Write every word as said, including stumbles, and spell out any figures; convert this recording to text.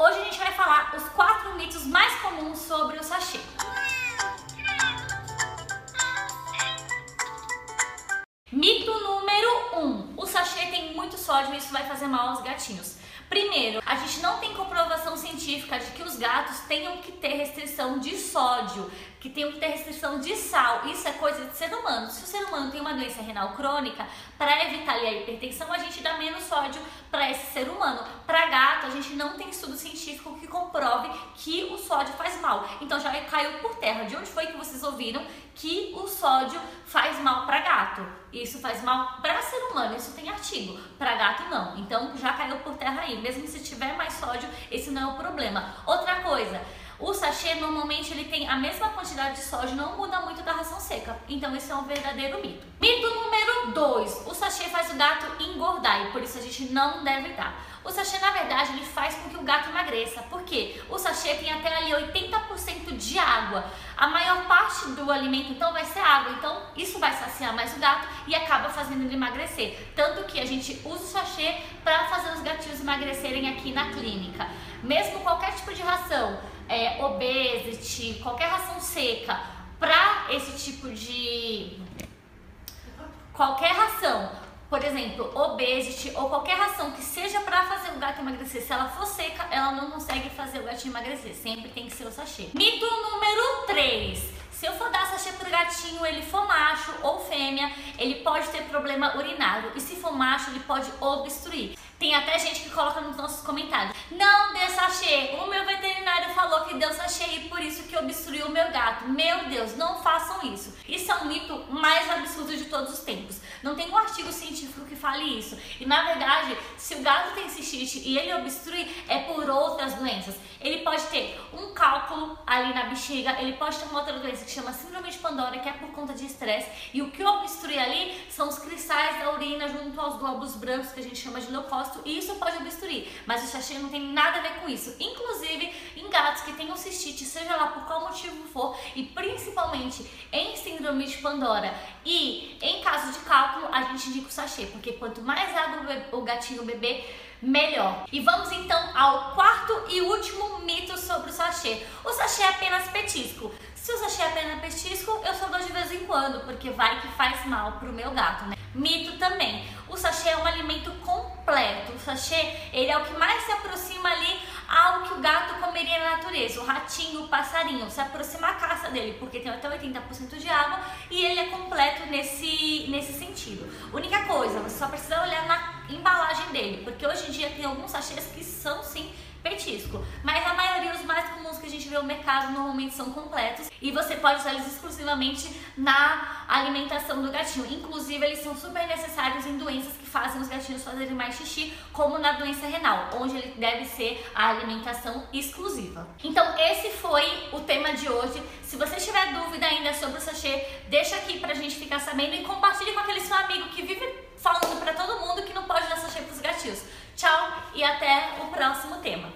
Hoje a gente vai falar os quatro mitos mais comuns sobre o sachê. Mito número um. O sachê tem muito sódio e isso vai fazer mal aos gatinhos. Primeiro, a gente não tem comprovação científica de que os gatos tenham que ter restrição de sódio, que tenham que ter restrição de sal. Isso é coisa de ser humano. Se o ser humano tem uma doença renal crônica, para evitar ali a hipertensão, a gente dá menos sódio para esse ser humano. Para gato, a gente não tem estudo científico que comprove que o sódio faz mal. Então já caiu por terra. De onde foi que vocês ouviram que o sódio faz mal para gato? Isso faz mal para ser humano, isso tem artigo. Para gato não. Então já caiu por terra aí. Mesmo se tiver mais sódio, esse não é o problema. Outra coisa, o sachê normalmente ele tem a mesma quantidade de sódio, não muda muito da ração seca. Então esse é um verdadeiro mito. Mito número dois. O sachê faz o gato engordar e por isso a gente não deve dar. O sachê, na verdade, ele faz com que o gato emagreça. Por quê? O sachê tem até ali oitenta por cento de água. A maior parte do alimento, então, vai ser água. Então, isso vai saciar mais o gato e acaba fazendo ele emagrecer. Tanto que a gente usa o sachê para fazer os gatinhos emagrecerem aqui na clínica. Mesmo qualquer tipo de ração, é, obesity, qualquer ração seca, para esse tipo de... qualquer ração... Por exemplo, obesity ou qualquer ração que seja para fazer o gato emagrecer, se ela for seca, ela não consegue fazer o gatinho emagrecer. Sempre tem que ser o sachê. Mito número três. Se eu for dar sachê pro gatinho, ele for macho ou fêmea, ele pode ter problema urinário. E se for macho, ele pode obstruir. Tem até gente que coloca nos nossos comentários: não dê sachê, o meu veterinário falou que deu sachê e por isso que obstruiu o meu gato. Meu Deus, não façam isso. Isso é um mito mais absurdo de todos os tempos. Não tem um artigo científico que fale isso. E na verdade, se o gato tem cistite e ele obstrui, é por outras doenças. Ele pode ter um cálculo ali na bexiga, ele pode ter uma outra doença que chama síndrome de Pandora, que é por conta de estresse. E o que obstrui ali são os cristais da urina junto aos glóbulos brancos, que a gente chama de leucócito, e isso pode obstruir. Mas o sachê não tem nada a ver com isso. Inclusive, em gatos que tenham cistite, seja lá por qual motivo for, e principalmente em síndrome de Pandora e em caso de cálculo, a gente indica o sachê, porque quanto mais água o gatinho beber, melhor. E vamos então ao quarto e último mito sobre o sachê. O sachê é apenas petisco. Se o sachê é apenas petisco, eu só dou de vez em quando, porque vai que faz mal pro meu gato, né? Mito também. O sachê é um alimento completo. O sachê, ele é o que mais se aproxima ali ao que o gato comeria na natureza. O ratinho, o passarinho, se aproxima a caça dele, porque tem até oitenta por cento de água e ele é completo nesse, nesse sentido. Única coisa, você só precisa olhar na embalagem dele, porque hoje em dia tem alguns sachês que são sim petisco, mas a maioria, os mais comuns que a gente vê no mercado, normalmente são completos e você pode usar eles exclusivamente na alimentação do gatinho. Inclusive, eles são super necessários em doenças que fazem os gatinhos fazerem mais xixi, como na doença renal, onde ele deve ser a alimentação exclusiva. Então, esse foi o tema de hoje. Se você tiver dúvida ainda sobre o sachê, deixa aqui pra gente ficar sabendo e compartilhe com aquele seu amigo que vive falando pra todo mundo que não pode dar sachê pros gatinhos. Tchau e até o próximo tema.